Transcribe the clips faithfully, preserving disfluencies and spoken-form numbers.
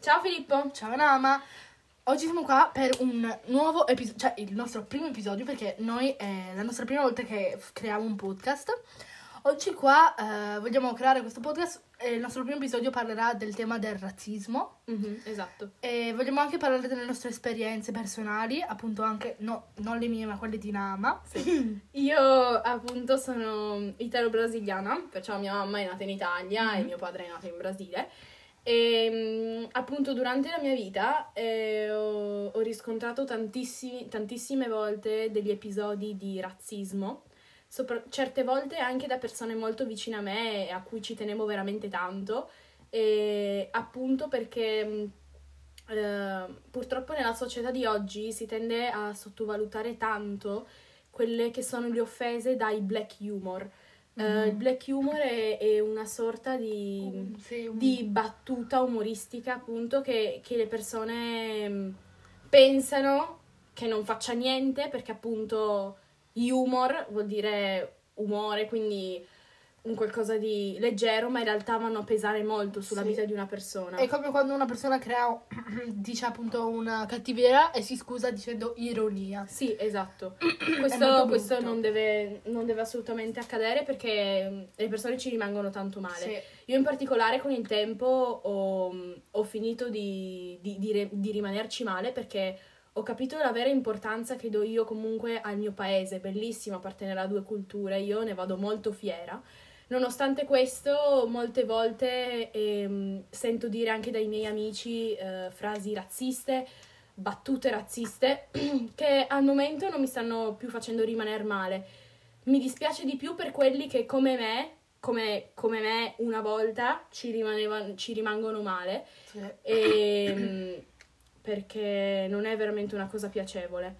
Ciao Filippo. Ciao Nama. Oggi siamo qua per un nuovo episodio, cioè il nostro primo episodio, perché noi è la nostra prima volta che f- creiamo un podcast. Oggi qua eh, vogliamo creare questo podcast e il nostro primo episodio parlerà del tema del razzismo. Mm-hmm, esatto. E vogliamo anche parlare delle nostre esperienze personali, appunto anche, no, non le mie ma quelle di Nama. Sì. Io appunto sono italo-brasiliana, perciò mia mamma è nata in Italia mm-hmm. e mio padre è nato in Brasile. E appunto durante la mia vita eh, ho, ho riscontrato tantissimi, tantissime volte degli episodi di razzismo, sopra, certe volte anche da persone molto vicine a me e a cui ci tenevo veramente tanto, e appunto perché eh, purtroppo nella società di oggi si tende a sottovalutare tanto quelle che sono le offese dai black humor. Mm-hmm. Uh, il black humor è, è una sorta di, um, sì, um. di battuta umoristica, appunto, che, che le persone mh, pensano che non faccia niente, perché appunto humor vuol dire umore, quindi un qualcosa di leggero, ma in realtà vanno a pesare molto sulla sì. vita di una persona. È come quando una persona crea, dice appunto una cattiveria e si scusa dicendo ironia. Sì, esatto. Questo, questo non deve, non deve assolutamente accadere, perché le persone ci rimangono tanto male. Sì. Io in particolare con il tempo ho, ho finito di, di, di, di rimanerci male, perché ho capito la vera importanza che do io comunque al mio paese. Bellissimo appartenere a due culture, io ne vado molto fiera. Nonostante questo, molte volte ehm, sento dire anche dai miei amici eh, frasi razziste, battute razziste, che al momento non mi stanno più facendo rimanere male. Mi dispiace di più per quelli che come me, come, come me una volta, ci, rimanevano, ci rimangono male, sì. e, perché non è veramente una cosa piacevole.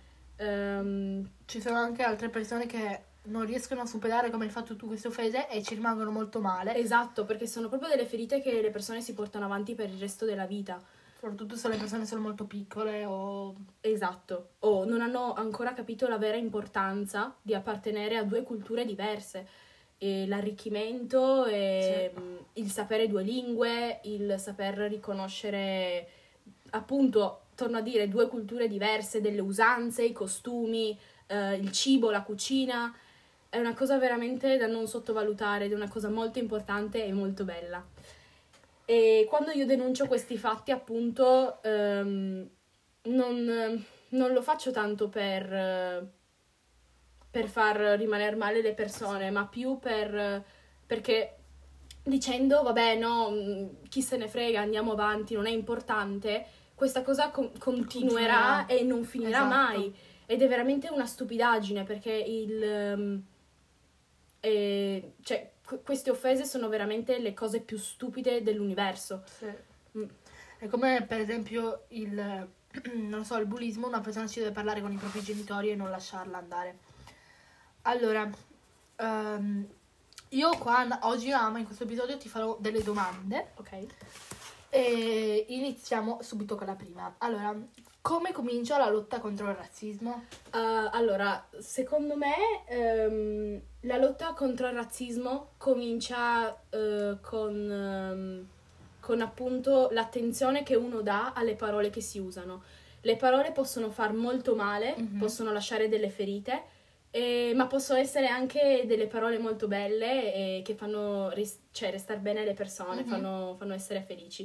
Um, Ci sono anche altre persone che non riescono a superare come hai fatto tu queste offese e ci rimangono molto male. Esatto, perché sono proprio delle ferite che le persone si portano avanti per il resto della vita. Soprattutto se le persone sono molto piccole o... Esatto, o non hanno ancora capito la vera importanza di appartenere a due culture diverse. E l'arricchimento, e sì. il sapere due lingue, il saper riconoscere, appunto, torno a dire, due culture diverse, delle usanze, i costumi, eh, il cibo, la cucina. È una cosa veramente da non sottovalutare ed è una cosa molto importante e molto bella. E quando io denuncio questi fatti, appunto, ehm, non, non lo faccio tanto per, per far rimanere male le persone, ma più per perché dicendo, vabbè, no, chi se ne frega, andiamo avanti, non è importante, questa cosa co- continuerà, continuerà e non finirà esatto. mai. Ed è veramente una stupidaggine, perché il... Um, E, cioè, qu- queste offese sono veramente le cose più stupide dell'universo. Sì. Mm. È come per esempio il non so, il bullismo, una persona ci deve parlare con i propri genitori e non lasciarla andare. Allora, um, io qua oggi Ama in questo episodio ti farò delle domande. Ok. E iniziamo subito con la prima. Allora, come comincia la lotta contro il razzismo? Uh, allora, secondo me um, la lotta contro il razzismo comincia uh, con, um, con appunto l'attenzione che uno dà alle parole che si usano. Le parole possono far molto male, mm-hmm. possono lasciare delle ferite, eh, ma possono essere anche delle parole molto belle e che fanno ris- cioè, restare bene alle persone, mm-hmm. fanno, fanno essere felici.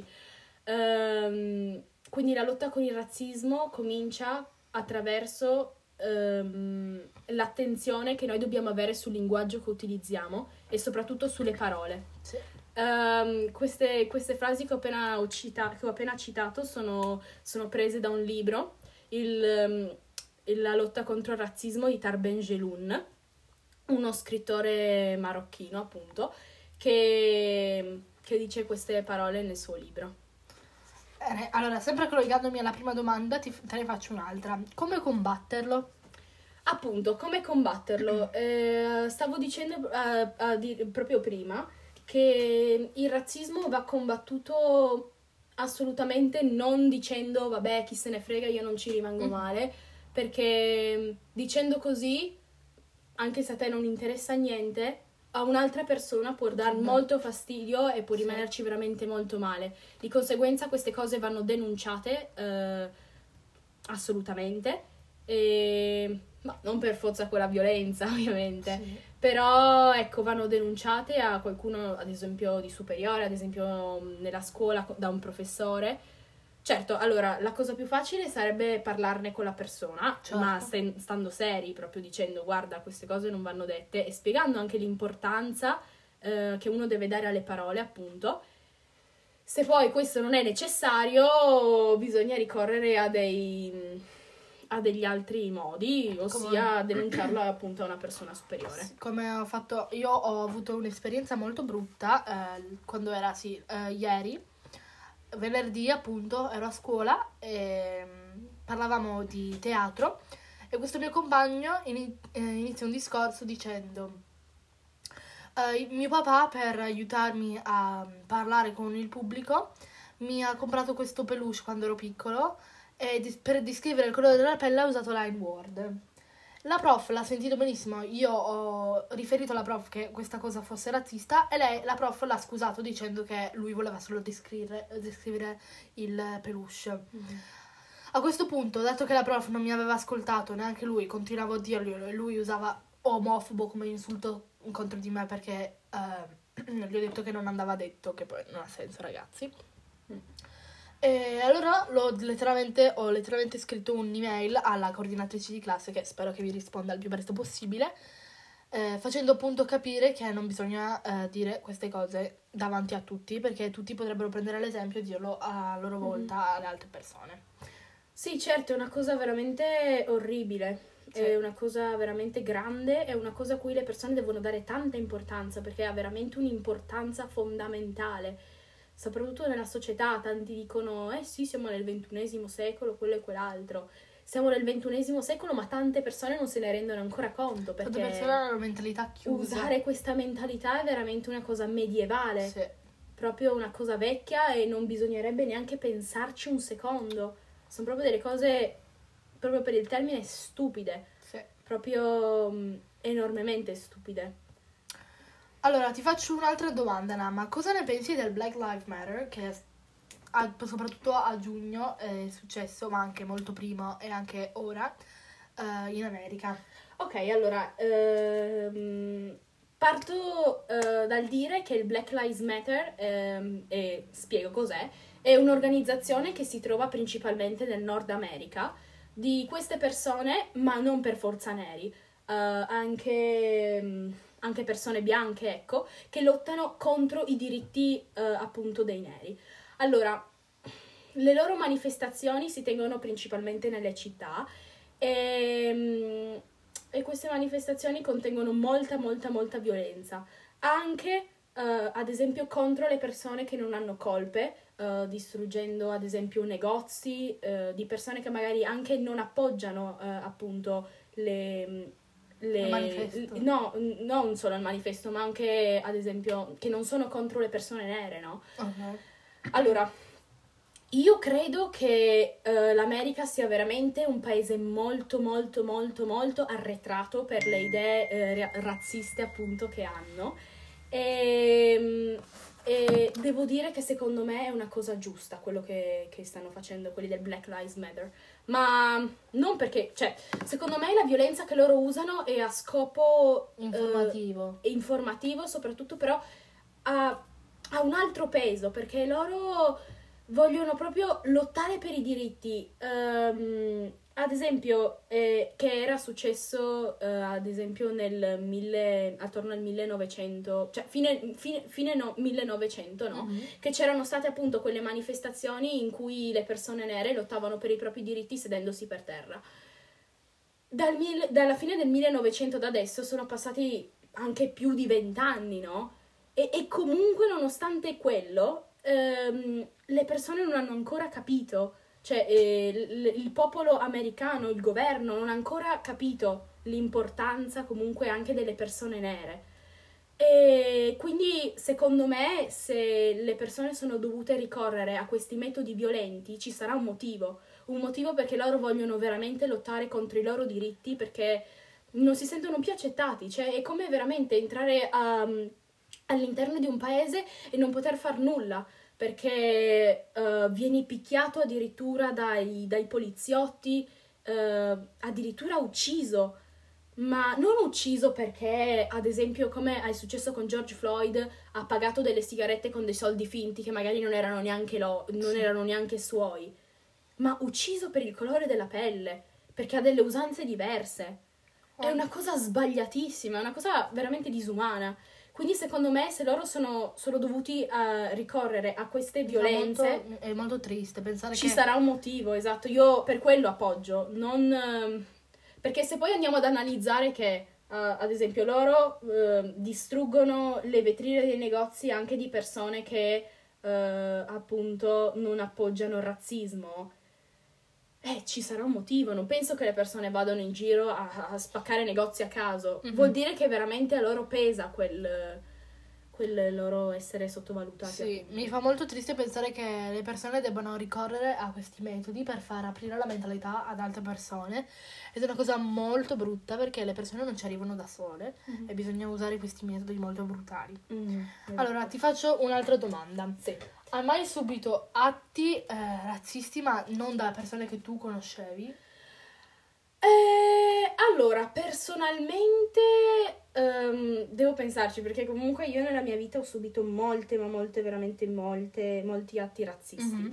Um, Quindi la lotta con il razzismo comincia attraverso um, l'attenzione che noi dobbiamo avere sul linguaggio che utilizziamo e soprattutto sulle parole. Sì. Um, queste, queste frasi che ho appena, ho cita- che ho appena citato sono, sono prese da un libro, il, um, La lotta contro il razzismo di Tar Benjeloun, uno scrittore marocchino appunto, che, che dice queste parole nel suo libro. Allora, sempre collegandomi alla prima domanda, ti, te ne faccio un'altra. Come combatterlo? Appunto, come combatterlo? Eh, stavo dicendo eh, a di- proprio prima che il razzismo va combattuto assolutamente non dicendo vabbè, chi se ne frega, io non ci rimango mm. male, perché dicendo così, anche se a te non interessa niente, a un'altra persona può dar Sì. molto fastidio e può Sì. rimanerci veramente molto male. Di conseguenza queste cose vanno denunciate eh, assolutamente, e... ma non per forza con la violenza ovviamente, Sì. però ecco, vanno denunciate a qualcuno, ad esempio di superiore, ad esempio nella scuola da un professore. Certo, allora, la cosa più facile sarebbe parlarne con la persona, Certo. ma st- stando seri, proprio dicendo guarda, queste cose non vanno dette, e spiegando anche l'importanza eh, che uno deve dare alle parole, appunto. Se poi questo non è necessario, bisogna ricorrere a dei a degli altri modi, ossia denunciarlo appunto a una persona superiore. Come ho fatto, io ho avuto un'esperienza molto brutta eh, quando era, sì, eh, ieri, venerdì appunto, ero a scuola e mm, parlavamo di teatro e questo mio compagno ini- eh, inizia un discorso dicendo eh, mio papà, per aiutarmi a parlare con il pubblico, mi ha comprato questo peluche quando ero piccolo e dis- per descrivere il colore della pelle ha usato Line Word. La prof l'ha sentito benissimo, io ho riferito alla prof che questa cosa fosse razzista e lei, la prof, l'ha scusato dicendo che lui voleva solo descrivere, descrivere il peluche. Mm-hmm. A questo punto, dato che la prof non mi aveva ascoltato, neanche lui, continuavo a dirglielo e lui usava omofobo come insulto contro di me perché eh, gli ho detto che non andava detto, che poi non ha senso, ragazzi. Mm. E allora l'ho letteralmente, ho letteralmente scritto un'email alla coordinatrice di classe, che spero che vi risponda il più presto possibile, eh, facendo appunto capire che non bisogna eh, dire queste cose davanti a tutti, perché tutti potrebbero prendere l'esempio e dirlo a loro volta Mm-hmm. alle altre persone. Sì, certo, è una cosa veramente orribile, Sì. è una cosa veramente grande, è una cosa a cui le persone devono dare tanta importanza, perché ha veramente un'importanza fondamentale. Soprattutto nella società, tanti dicono, eh sì, siamo nel ventunesimo secolo, quello e quell'altro. Siamo nel ventunesimo secolo, ma tante persone non se ne rendono ancora conto, Tante perché persone hanno una mentalità chiusa. usare questa mentalità è veramente una cosa medievale, Sì. proprio una cosa vecchia, e non bisognerebbe neanche pensarci un secondo. Sono proprio delle cose, proprio per il termine, stupide, Sì. proprio mh, enormemente stupide. Allora, ti faccio un'altra domanda, Nama. Cosa ne pensi del Black Lives Matter, che a- soprattutto a giugno è successo, ma anche molto prima e anche ora, eh, in America? Ok, allora, ehm, parto eh, dal dire che il Black Lives Matter, ehm, e spiego cos'è, è un'organizzazione che si trova principalmente nel Nord America, di queste persone, ma non per forza neri, eh, anche, mm, anche persone bianche, ecco, che lottano contro i diritti eh, appunto dei neri. Allora, le loro manifestazioni si tengono principalmente nelle città e, mm, e queste manifestazioni contengono molta, molta, molta violenza, anche eh, ad esempio contro le persone che non hanno colpe, eh, distruggendo ad esempio negozi eh, di persone che magari anche non appoggiano eh, appunto le... Le, Il manifesto. no, n- non solo il manifesto, ma anche ad esempio che non sono contro le persone nere, no? Ok. Allora, io credo che eh, l'America sia veramente un paese molto, molto, molto, molto arretrato per le idee eh, ra- razziste appunto che hanno. E, e devo dire che secondo me è una cosa giusta quello che, che stanno facendo quelli del Black Lives Matter. Ma non perché, cioè, secondo me la violenza che loro usano è a scopo eh, Informativo. informativo, soprattutto, però ha, ha un altro peso, perché loro vogliono proprio lottare per i diritti. Ehm, ad esempio, eh, che era successo, eh, ad esempio, nel mille, attorno al millenovecento, cioè fine, fine, fine no, millenovecento, no? Mhm. Che c'erano state appunto quelle manifestazioni in cui le persone nere lottavano per i propri diritti sedendosi per terra. Dal mille, dalla fine del millenovecento ad adesso sono passati anche più di vent'anni, no? E, e comunque, nonostante quello, ehm, le persone non hanno ancora capito, cioè eh, l- il popolo americano, il governo non ha ancora capito l'importanza comunque anche delle persone nere. E quindi secondo me, se le persone sono dovute ricorrere a questi metodi violenti, ci sarà un motivo, un motivo perché loro vogliono veramente lottare contro i loro diritti, perché non si sentono più accettati, cioè è come veramente entrare a, all'interno di un paese e non poter far nulla, perché uh, vieni picchiato addirittura dai, dai poliziotti, uh, addirittura ucciso, ma non ucciso perché, ad esempio, come è successo con George Floyd, ha pagato delle sigarette con dei soldi finti che magari non erano neanche, lo, non Sì. erano neanche suoi, ma ucciso per il colore della pelle, perché ha delle usanze diverse. È una cosa sbagliatissima, è una cosa veramente disumana. Quindi secondo me se loro sono, sono dovuti uh, ricorrere a queste violenze... Molto, è molto triste pensare ci che... sarà un motivo, esatto. Io per quello appoggio. Non, uh, perché se poi andiamo ad analizzare che, uh, ad esempio, loro uh, distruggono le vetrine dei negozi anche di persone che uh, appunto non appoggiano il razzismo... Eh, ci sarà un motivo, non penso che le persone vadano in giro a, a spaccare negozi a caso. Mm-hmm. Vuol dire che veramente a loro pesa quel, quel loro essere sottovalutati. Sì, appunto. Mi fa molto triste pensare che le persone debbano ricorrere a questi metodi per far aprire la mentalità ad altre persone. Ed è una cosa molto brutta perché le persone non ci arrivano da sole mm-hmm. e bisogna usare questi metodi molto brutali. Mm-hmm. Allora, ti faccio un'altra domanda. Sì. Hai mai subito atti eh, razzisti, ma non da persone che tu conoscevi? Eh, allora, personalmente um, devo pensarci, perché comunque io nella mia vita ho subito molte, ma molte, veramente molte, molti atti razzisti. Mm-hmm.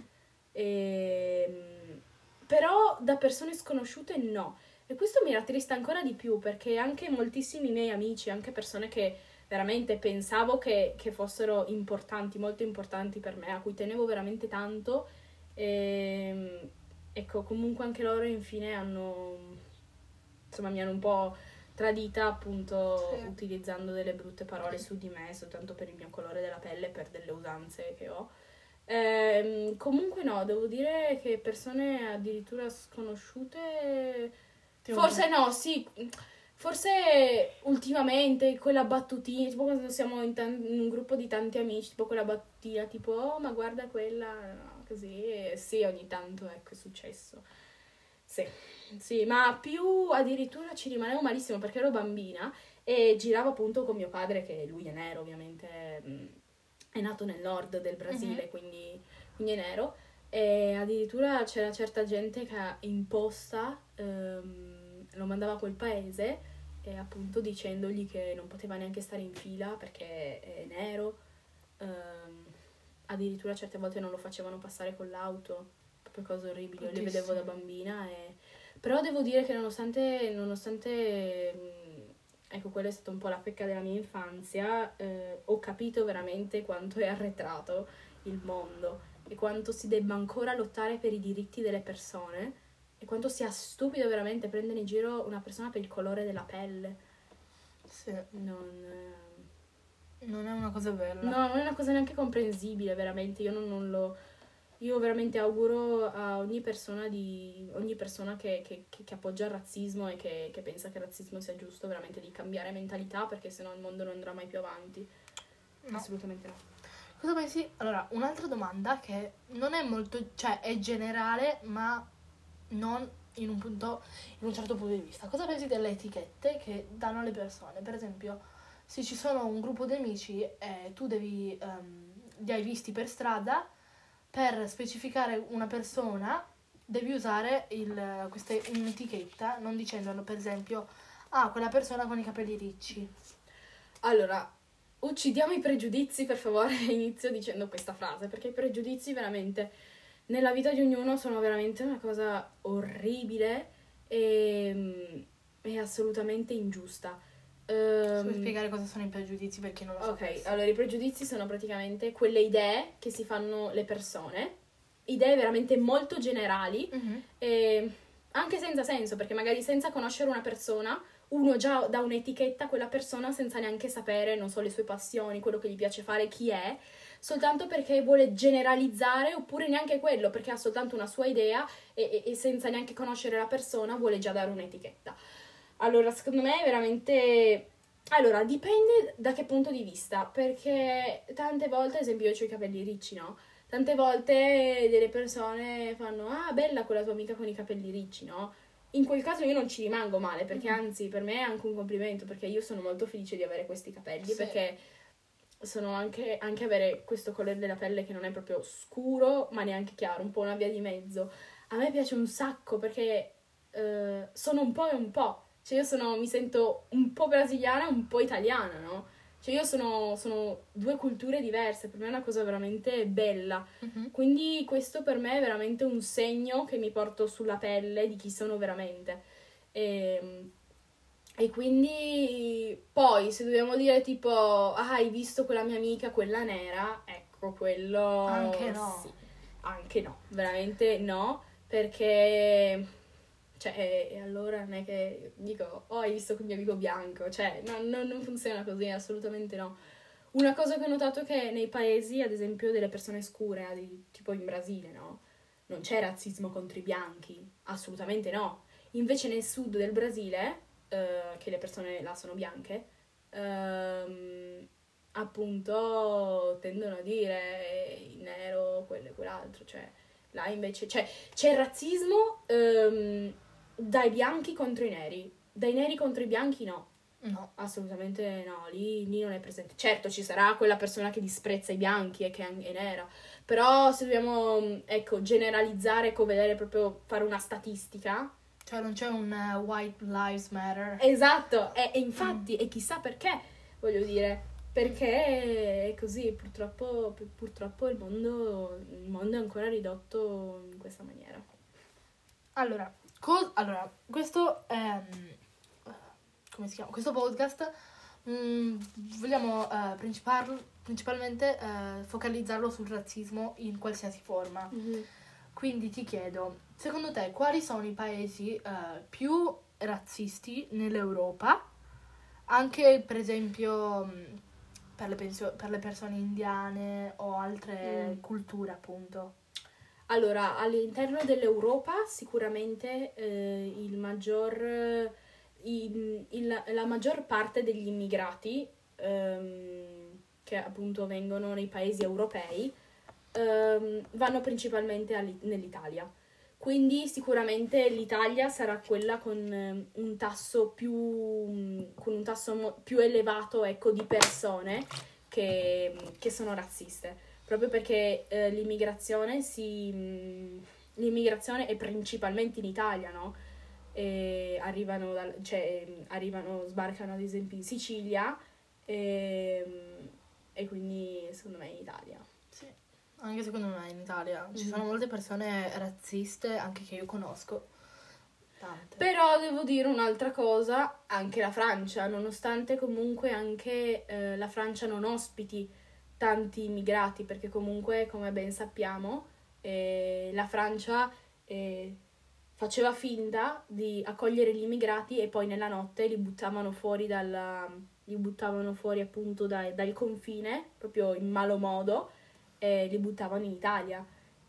E, però da persone sconosciute no. E questo mi rattrista ancora di più, perché anche moltissimi miei amici, anche persone che veramente pensavo che, che fossero importanti, molto importanti per me, a cui tenevo veramente tanto, e, ecco, comunque anche loro infine hanno, insomma, mi hanno un po' tradita, appunto, sì. utilizzando delle brutte parole su di me, soltanto per il mio colore della pelle, per delle usanze che ho. E, comunque no, devo dire che persone addirittura sconosciute, forse no, sì... Forse ultimamente quella battutina, tipo quando siamo in, tan- in un gruppo di tanti amici, tipo quella battutina tipo, oh ma guarda quella, no, così, e sì, ogni tanto ecco è successo. Sì, sì, ma più addirittura ci rimanevo malissimo perché ero bambina e giravo appunto con mio padre, che lui è nero ovviamente, è nato nel nord del Brasile, mm-hmm. quindi, quindi è nero, e addirittura c'era certa gente che imposta... Um, lo mandava a quel paese e appunto dicendogli che non poteva neanche stare in fila perché è nero, um, addirittura certe volte non lo facevano passare con l'auto, proprio cose orribili. Io le vedevo da bambina e... però devo dire che nonostante, nonostante mh, ecco, quella è stata un po' la pecca della mia infanzia, eh, ho capito veramente quanto è arretrato il mondo e quanto si debba ancora lottare per i diritti delle persone e quanto sia stupido veramente prendere in giro una persona per il colore della pelle. Sì. Non, non è una cosa bella. No, non è una cosa neanche comprensibile, veramente. Io non, non lo... Io veramente auguro a ogni persona di ogni persona che, che, che, che appoggia il razzismo e che, che pensa che il razzismo sia giusto, veramente di cambiare mentalità, perché sennò il mondo non andrà mai più avanti. No. Assolutamente no. Cosa pensi? Allora, un'altra domanda che non è molto... cioè, è generale, ma... non in un punto, in un certo punto di vista. Cosa pensi delle etichette che danno alle persone? Per esempio, se ci sono un gruppo di amici e tu devi um, li hai visti per strada, per specificare una persona devi usare il, questa, un'etichetta, non dicendo per esempio ah, quella persona con i capelli ricci. Allora, uccidiamo i pregiudizi, per favore. Inizio dicendo questa frase, perché i pregiudizi veramente nella vita di ognuno sono veramente una cosa orribile e, e assolutamente ingiusta. Um, Puoi spiegare cosa sono i pregiudizi per chi non lo sa? Ok, allora i pregiudizi sono praticamente quelle idee che si fanno le persone, idee veramente molto generali, mm-hmm. e anche senza senso, perché magari senza conoscere una persona uno già dà un'etichetta a quella persona senza neanche sapere, non so, le sue passioni, quello che gli piace fare, chi è, soltanto perché vuole generalizzare, oppure neanche quello, perché ha soltanto una sua idea e, e, e senza neanche conoscere la persona vuole già dare un'etichetta. Allora, secondo me è veramente... Allora, dipende da che punto di vista, perché tante volte, ad esempio io ho i capelli ricci, no? Tante volte delle persone fanno, ah, bella quella tua amica con i capelli ricci, no? in quel caso io non ci rimango male, perché anzi per me è anche un complimento, perché io sono molto felice di avere questi capelli, Sì. perché sono anche, anche avere questo colore della pelle che non è proprio scuro ma neanche chiaro, un po' una via di mezzo. A me piace un sacco perché eh, sono un po' e un po', cioè io sono, mi sento un po' brasiliana e un po' italiana, no? Cioè io sono, sono due culture diverse, per me è una cosa veramente bella. Mhm. Quindi questo per me è veramente un segno che mi porto sulla pelle di chi sono veramente. E, e quindi poi se dobbiamo dire tipo, ah, hai visto quella mia amica, quella nera, ecco, quello... Anche no. Sì, anche no, veramente no, perché... Cioè, e allora non è che dico, oh, hai visto quel mio amico bianco? Cioè, no, no, non funziona così, assolutamente no. Una cosa che ho notato è che nei paesi, ad esempio, delle persone scure, ad- tipo in Brasile, no? Non c'è razzismo contro i bianchi, assolutamente no. Invece nel sud del Brasile, eh, che le persone là sono bianche, ehm, appunto tendono a dire il nero, quello e quell'altro, cioè là invece cioè, c'è il razzismo ehm, dai bianchi contro i neri, dai neri contro i bianchi no. No. Assolutamente no, lì, lì non è presente. Certo, ci sarà quella persona che disprezza i bianchi e che è nera, però se dobbiamo, ecco, generalizzare, ecco, vedere proprio, fare una statistica. Cioè non c'è un uh, White Lives Matter. Esatto, e, e infatti, mm. e chissà perché, voglio dire, perché è così, purtroppo, purtroppo il mondo, il mondo è ancora ridotto in questa maniera. Allora, co- allora questo è... come si chiama? Questo podcast mh, vogliamo uh, principal- principalmente uh, focalizzarlo sul razzismo in qualsiasi forma. Mm-hmm. Quindi ti chiedo, secondo te quali sono i paesi uh, più razzisti nell'Europa? Anche per esempio mh, per, le pensio- per le persone indiane o altre mm. culture, appunto. Allora, all'interno dell'Europa sicuramente eh, il maggior... Il, il, la maggior parte degli immigrati ehm, che appunto vengono nei paesi europei ehm, vanno principalmente nell'Italia. Quindi sicuramente l'Italia sarà quella con um, un tasso più con un tasso mo- più elevato, ecco, di persone che, che sono razziste, proprio perché eh, l'immigrazione si mh, l'immigrazione è principalmente in Italia, no? E arrivano, dal, cioè, arrivano, sbarcano ad esempio in Sicilia e, e quindi secondo me in Italia. Sì, anche secondo me in Italia ci mm. sono molte persone razziste, anche che io conosco. Tante. Però devo dire un'altra cosa, anche la Francia, nonostante comunque anche eh, la Francia non ospiti tanti immigrati, perché comunque come ben sappiamo eh, la Francia... Eh, faceva finta di accogliere gli immigrati e poi nella notte li buttavano fuori dalla, li buttavano fuori appunto dal, dal confine, proprio in malo modo, e li buttavano in Italia.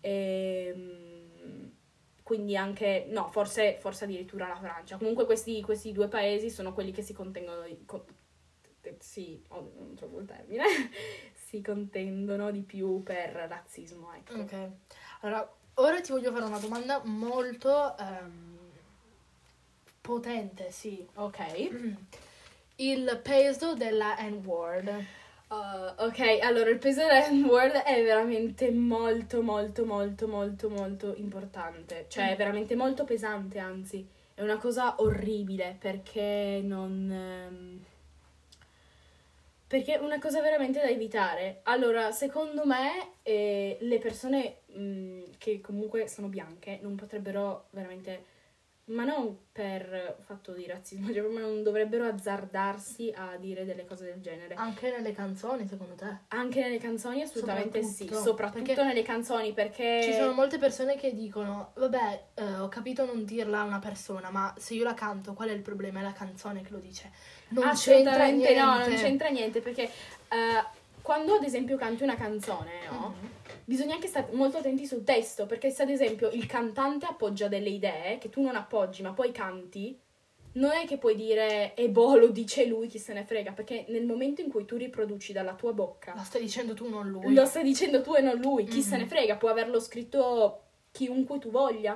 E, quindi anche, no, forse, forse addirittura la Francia. Comunque questi, questi due paesi sono quelli che si contengono, con, sì, oh, non trovo il termine, si contendono di più per razzismo, ecco. Ok, allora... Ora ti voglio fare una domanda molto um, potente, sì. Ok. Il peso della N-word. Uh, ok, allora il peso della N-word è veramente molto, molto, molto, molto, molto importante. Cioè, mm. è veramente molto pesante, anzi. È una cosa orribile, perché non... Um, perché è una cosa veramente da evitare. Allora, secondo me, eh, le persone mh, che comunque sono bianche non potrebbero veramente, ma non per fatto di razzismo, cioè proprio non dovrebbero azzardarsi a dire delle cose del genere. Anche nelle canzoni, secondo te? Anche nelle canzoni assolutamente soprattutto. sì, soprattutto nelle canzoni, perché... Ci sono molte persone che dicono, vabbè, eh, ho capito non dirla a una persona, ma se io la canto, qual è il problema? È la canzone che lo dice. Non c'entra niente. No, non c'entra niente, perché uh, quando ad esempio canti una canzone, no? Mm-hmm. Bisogna anche stare molto attenti sul testo, perché se ad esempio il cantante appoggia delle idee che tu non appoggi, ma poi canti, non è che puoi dire, e boh, lo dice lui, chi se ne frega, perché nel momento in cui tu riproduci dalla tua bocca... Lo stai dicendo tu, non lui. Lo stai dicendo tu e non lui, chi mm-hmm. se ne frega, può averlo scritto chiunque tu voglia.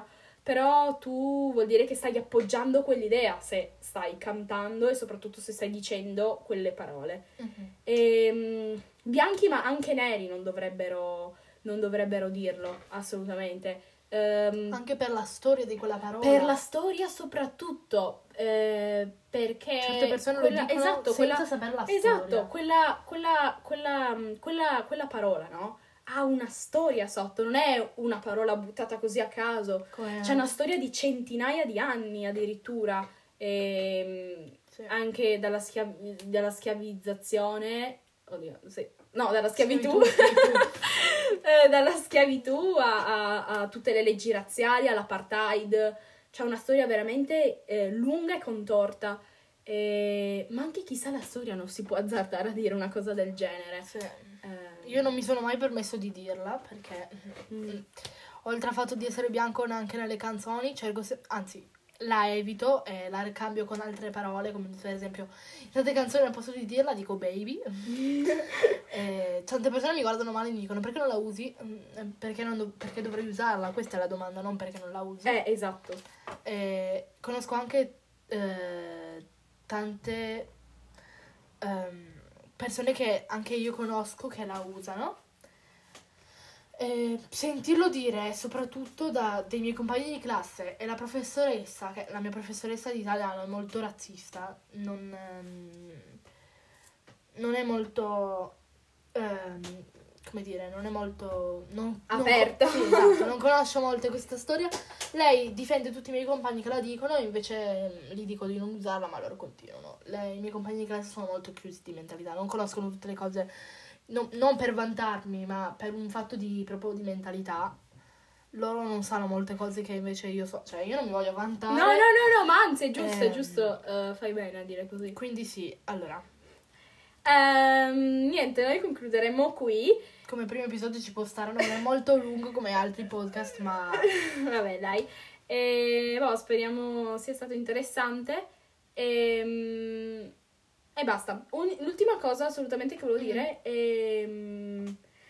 però tu vuol dire che stai appoggiando quell'idea se stai cantando e soprattutto se stai dicendo quelle parole. Mm-hmm. E, mh, bianchi ma anche neri non dovrebbero, non dovrebbero dirlo, assolutamente. Um, Anche per la storia di quella parola. Per la storia soprattutto, eh, perché... Certe persone quella, lo dicono esatto, senza quella, sapere la esatto, storia. quella, quella, quella, quella, quella parola, no? Ha una storia sotto, non è una parola buttata così a caso. Come... C'è una storia di centinaia di anni addirittura, e, sì. anche dalla, schiav- dalla schiavizzazione... Oddio, sì. No, dalla schiavitù, Schiavitù, eh, dalla schiavitù a, a, a tutte le leggi razziali, all'apartheid. C'è una storia veramente eh, lunga e contorta. E... Ma anche chissà la storia non si può azzardare a dire una cosa del genere. Sì. Eh... Io non mi sono mai permesso di dirla perché, Mm. oltre al fatto di essere bianco anche nelle canzoni, cerco se- anzi, la evito e la cambio con altre parole, come per esempio in tante canzoni al posto di dirla dico baby. E tante persone mi guardano male e mi dicono perché non la usi? Mm, Perché, non do- perché dovrei usarla? Questa è la domanda, non perché non la usi. Eh, esatto. E conosco anche eh, tante ehm, persone che anche io conosco che la usano. E sentirlo dire soprattutto da dei miei compagni di classe e la professoressa, che la mia professoressa di italiano è molto razzista, non, ehm, non è molto ehm, come dire, non è molto non, Aperta. Non, sì, esatto, non conosce molto questa storia. Lei difende tutti i miei compagni che la dicono, invece gli dico di non usarla, ma loro continuano. Lei, i miei compagni di classe sono molto chiusi di mentalità, non conoscono tutte le cose, non, non per vantarmi, ma per un fatto di proprio di mentalità. Loro non sanno molte cose che invece io so, cioè io non mi voglio vantare. No, no, no, no, ma anzi è giusto, è Ehm. giusto, eh, fai bene a dire così. Quindi sì, allora, Ehm, niente, noi concluderemo qui. come primo episodio ci può stare, non è molto lungo come altri podcast, ma Vabbè, dai. E, boh, speriamo sia stato interessante. E, e basta. Un- l'ultima cosa assolutamente che volevo Mm. dire, e,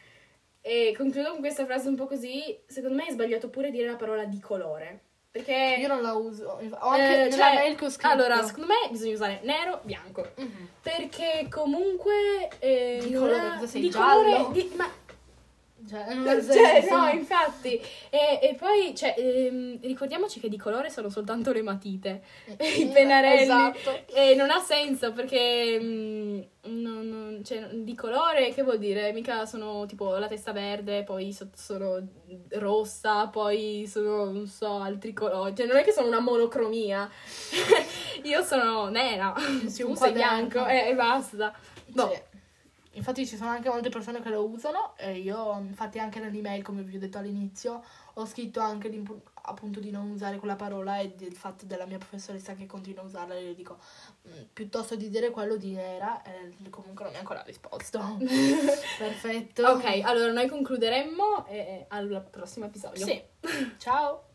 e concludo con questa frase un po' così, secondo me è sbagliato pure dire la parola di colore. Perché... io non la uso. Ho anche eh, nella cioè, mail che ho scritto. allora, secondo me bisogna usare nero, bianco. Mhm. Perché comunque... eh, Di non colore, ha- cosa sei, di giallo? colore... Di, ma Cioè, non ha Cioè, senso. no, infatti. E, e poi, cioè, ehm, ricordiamoci che di colore sono soltanto le matite, i Mm, pennarelli. esatto. E non ha senso perché mm, non- non- cioè, di colore che vuol dire? Mica sono tipo la testa verde, poi so- sono rossa, poi sono, non so, altri colori. Cioè, non è che sono una monocromia. Io sono nera, Sì, tu un sei quaderno. bianco e, e basta. Boh. Sì. Infatti ci sono anche molte persone che lo usano e io, infatti anche nell'email, come vi ho detto all'inizio, ho scritto anche l'impo- appunto di non usare quella parola e del fatto della mia professoressa che continua a usarla e io dico "Mm, piuttosto di dire quello di nera", e comunque non mi ha ancora risposto. Perfetto. Ok, allora noi concluderemmo e al prossimo episodio. Sì. Ciao.